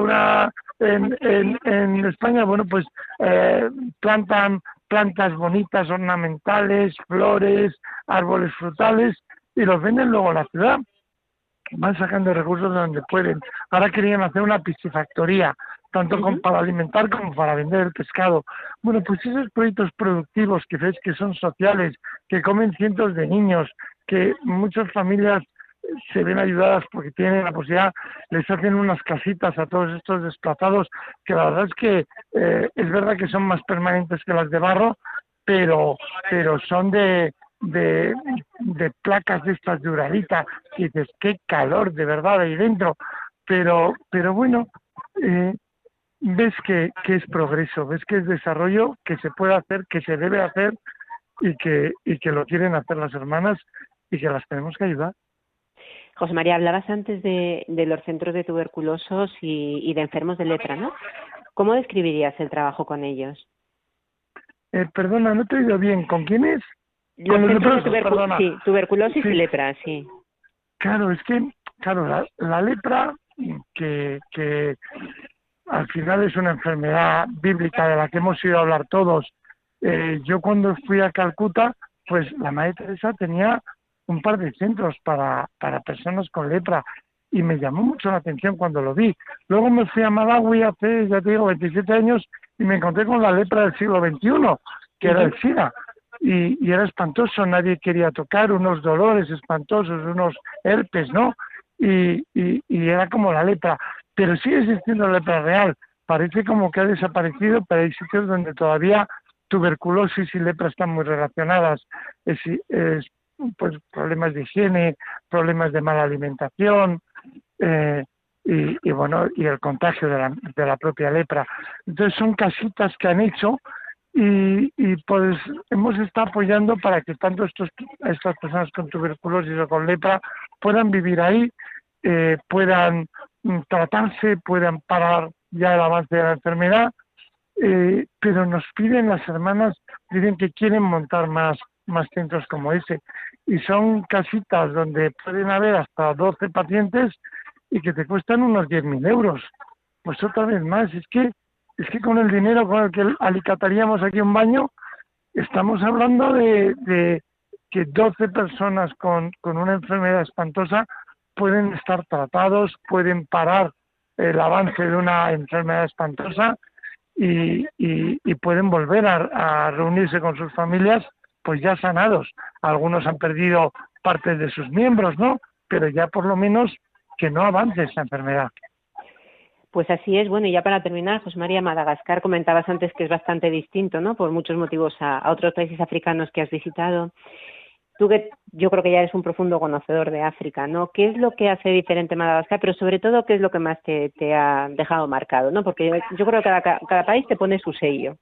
en España, bueno, pues plantan plantas bonitas, ornamentales, flores, árboles frutales, y los venden luego en la ciudad. Van sacando recursos de donde pueden. Ahora querían hacer una piscifactoría, tanto para alimentar como para vender el pescado. Bueno, pues esos proyectos productivos que ves que son sociales, que comen cientos de niños, que muchas familias se ven ayudadas porque tienen la posibilidad, les hacen unas casitas a todos estos desplazados, que la verdad es que es verdad que son más permanentes que las de barro, pero son de placas de estas de Uralita, y dices, qué calor de verdad ahí dentro, pero bueno, ves que es progreso, ves que es desarrollo, que se puede hacer, que se debe hacer, y que lo quieren hacer las hermanas, y que las tenemos que ayudar. José María, hablabas antes de los centros de tuberculosos y de enfermos de lepra, ¿no? ¿Cómo describirías el trabajo con ellos? Perdona, no te he oído bien. ¿Con quién es? Los centros de sí, tuberculosis y lepra, sí. Claro, es que, la lepra, que al final es una enfermedad bíblica de la que hemos oído hablar todos. Yo cuando fui a Calcuta, pues la Madre Teresa tenía un par de centros para personas con lepra, y me llamó mucho la atención cuando lo vi. Luego me fui a Malawi hace, ya te digo, 27 años, y me encontré con la lepra del siglo XXI, que era el SIDA, y era espantoso, nadie quería tocar, unos dolores espantosos, unos herpes, ¿no? Y era como la lepra, pero sigue existiendo la lepra real, parece como que ha desaparecido, pero hay sitios donde todavía tuberculosis y lepra están muy relacionadas, pues problemas de higiene, problemas de mala alimentación, y bueno, y el contagio de la propia lepra. Entonces son casitas que han hecho, y pues hemos estado apoyando para que tanto estas personas con tuberculosis o con lepra puedan vivir ahí, puedan tratarse, puedan parar ya el avance de la enfermedad, pero nos piden las hermanas, dicen que quieren montar más centros como ese, y son casitas donde pueden haber hasta 12 pacientes y que te cuestan unos 10.000 euros. Pues otra vez más, es que con el dinero con el que alicataríamos aquí un baño, estamos hablando de que 12 personas con una enfermedad espantosa pueden estar tratados, pueden parar el avance de una enfermedad espantosa y pueden volver a reunirse con sus familias pues ya sanados. Algunos han perdido partes de sus miembros, ¿no? Pero ya por lo menos que no avance esa enfermedad. Pues así es. Bueno, y ya para terminar, José María, Madagascar, comentabas antes que es bastante distinto, ¿no? Por muchos motivos a otros países africanos que has visitado. Tú que yo creo que ya eres un profundo conocedor de África, ¿no? ¿Qué es lo que hace diferente Madagascar? Pero sobre todo, ¿qué es lo que más te ha dejado marcado, ¿no? Porque yo creo que cada país te pone su sello.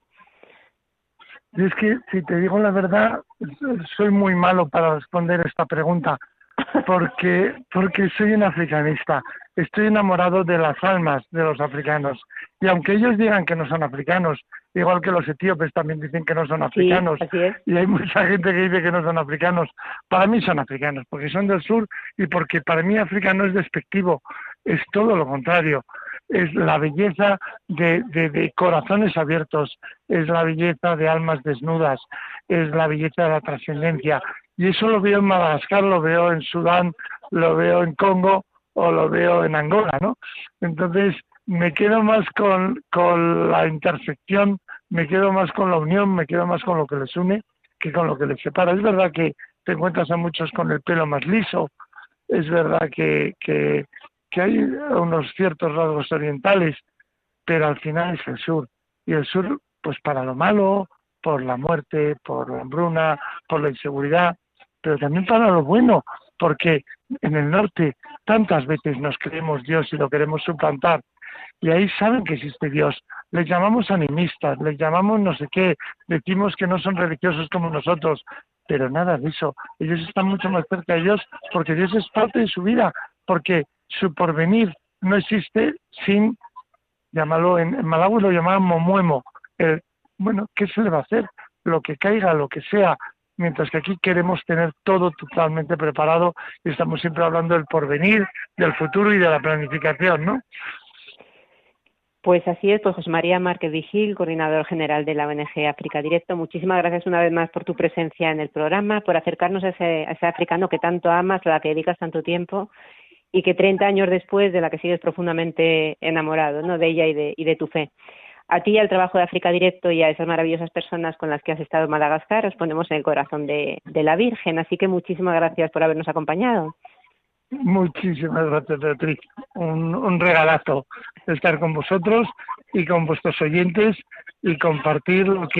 Y es que, si te digo la verdad, soy muy malo para responder esta pregunta, porque soy un africanista. Estoy enamorado de las almas de los africanos. Y aunque ellos digan que no son africanos, igual que los etíopes también dicen que no son africanos, sí, así es. Y hay mucha gente que dice que no son africanos, para mí son africanos, porque son del sur y porque para mí África no es despectivo, es todo lo contrario. Es la belleza de corazones abiertos, es la belleza de almas desnudas, es la belleza de la trascendencia. Y eso lo veo en Madagascar, lo veo en Sudán, lo veo en Congo o lo veo en Angola, ¿no? Entonces me quedo más con la intersección, me quedo más con la unión, me quedo más con lo que les une que con lo que les separa. Es verdad que te encuentras a muchos con el pelo más liso, es verdad que hay unos ciertos rasgos orientales, pero al final es el sur. Y el sur, pues para lo malo, por la muerte, por la hambruna, por la inseguridad, pero también para lo bueno, porque en el norte tantas veces nos creemos Dios y lo queremos suplantar, y ahí saben que existe Dios. Les llamamos animistas, les llamamos no sé qué, decimos que no son religiosos como nosotros, pero nada de eso. Ellos están mucho más cerca de Dios porque Dios es parte de su vida, porque su porvenir no existe sin, llámalo, en Malawi lo llamaban momuemo. Bueno, ¿qué se le va a hacer? Lo que caiga, lo que sea, mientras que aquí queremos tener todo totalmente preparado y estamos siempre hablando del porvenir, del futuro y de la planificación, ¿no? Pues así es, pues José María Márquez Vigil, coordinador general de la ONG África Directo, muchísimas gracias una vez más por tu presencia en el programa, por acercarnos a ese africano que tanto amas, a la que dedicas tanto tiempo y que 30 años después de la que sigues profundamente enamorado, ¿no? De ella y de tu fe. A ti y al trabajo de África Directo y a esas maravillosas personas con las que has estado en Madagascar os ponemos en el corazón de la Virgen, así que muchísimas gracias por habernos acompañado. Muchísimas gracias, Beatriz. Un regalazo estar con vosotros y con vuestros oyentes y compartir los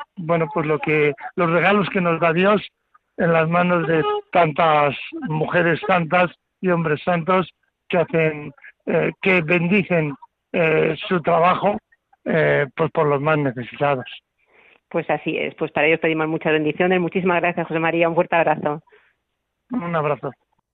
regalos que nos da Dios en las manos de tantas mujeres santas y hombres santos que hacen, que bendicen su trabajo pues por los más necesitados. Pues así es, pues para ellos pedimos muchas bendiciones. Muchísimas gracias, José María, un fuerte abrazo. Un abrazo.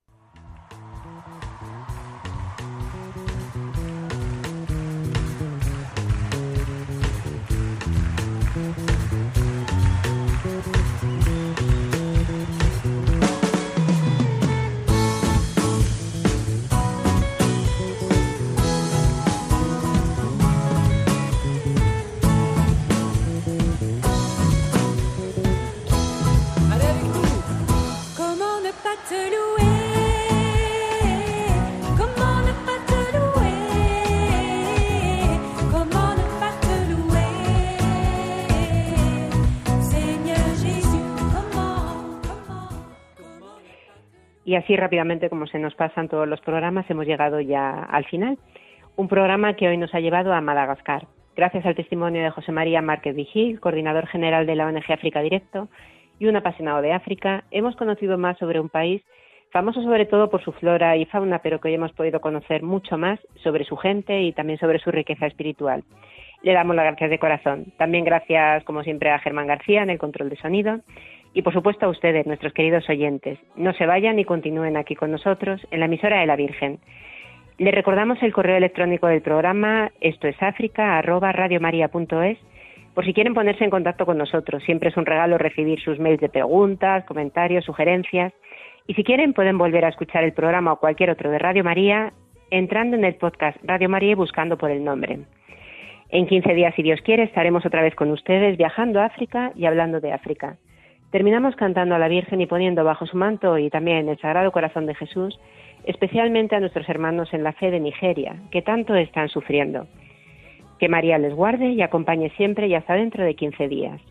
Y así rápidamente, como se nos pasan todos los programas, hemos llegado ya al final. Un programa que hoy nos ha llevado a Madagascar. Gracias al testimonio de José María Márquez Vigil, coordinador general de la ONG África Directo y un apasionado de África, hemos conocido más sobre un país famoso sobre todo por su flora y fauna, pero que hoy hemos podido conocer mucho más sobre su gente y también sobre su riqueza espiritual. Le damos las gracias de corazón. También gracias, como siempre, a Germán García en el control de sonido. Y por supuesto a ustedes, nuestros queridos oyentes. No se vayan y continúen aquí con nosotros en la emisora de la Virgen. Les recordamos el correo electrónico del programa, estoesafrica@radiomaria.es, por si quieren ponerse en contacto con nosotros. Siempre es un regalo recibir sus mails de preguntas, comentarios, sugerencias. Y si quieren pueden volver a escuchar el programa o cualquier otro de Radio María entrando en el podcast Radio María y buscando por el nombre. En 15 días, si Dios quiere, estaremos otra vez con ustedes viajando a África y hablando de África. Terminamos cantando a la Virgen y poniendo bajo su manto y también el Sagrado Corazón de Jesús, especialmente a nuestros hermanos en la fe de Nigeria, que tanto están sufriendo. Que María les guarde y acompañe siempre y hasta dentro de 15 días.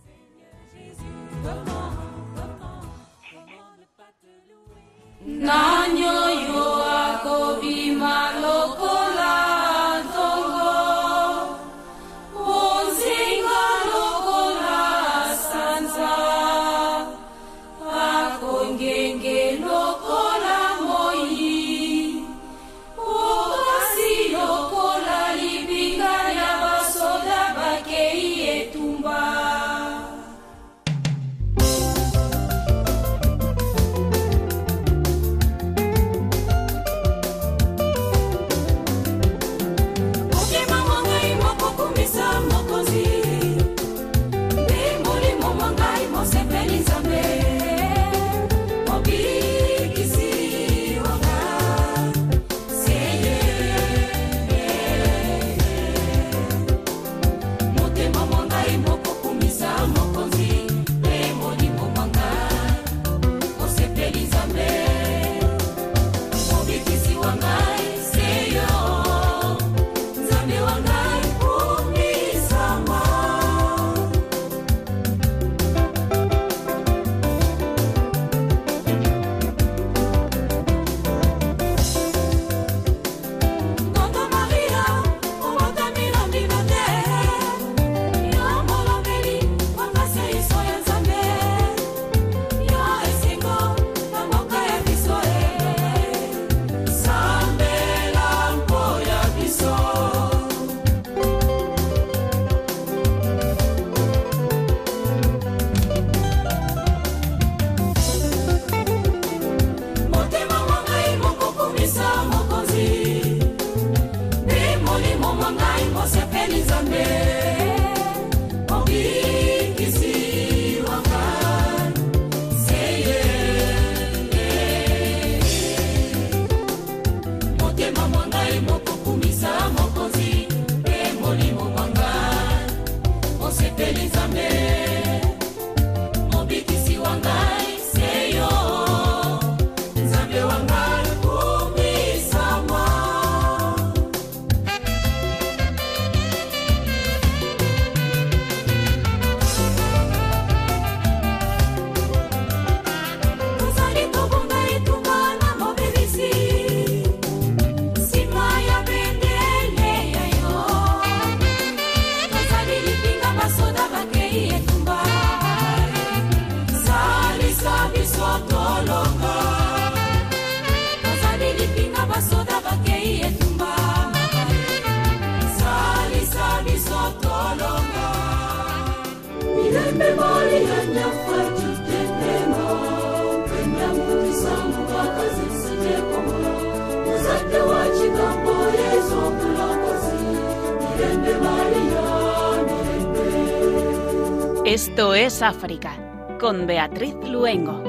Esto es África, con Beatriz Luengo.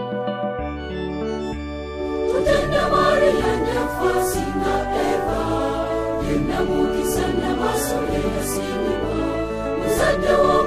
Eva,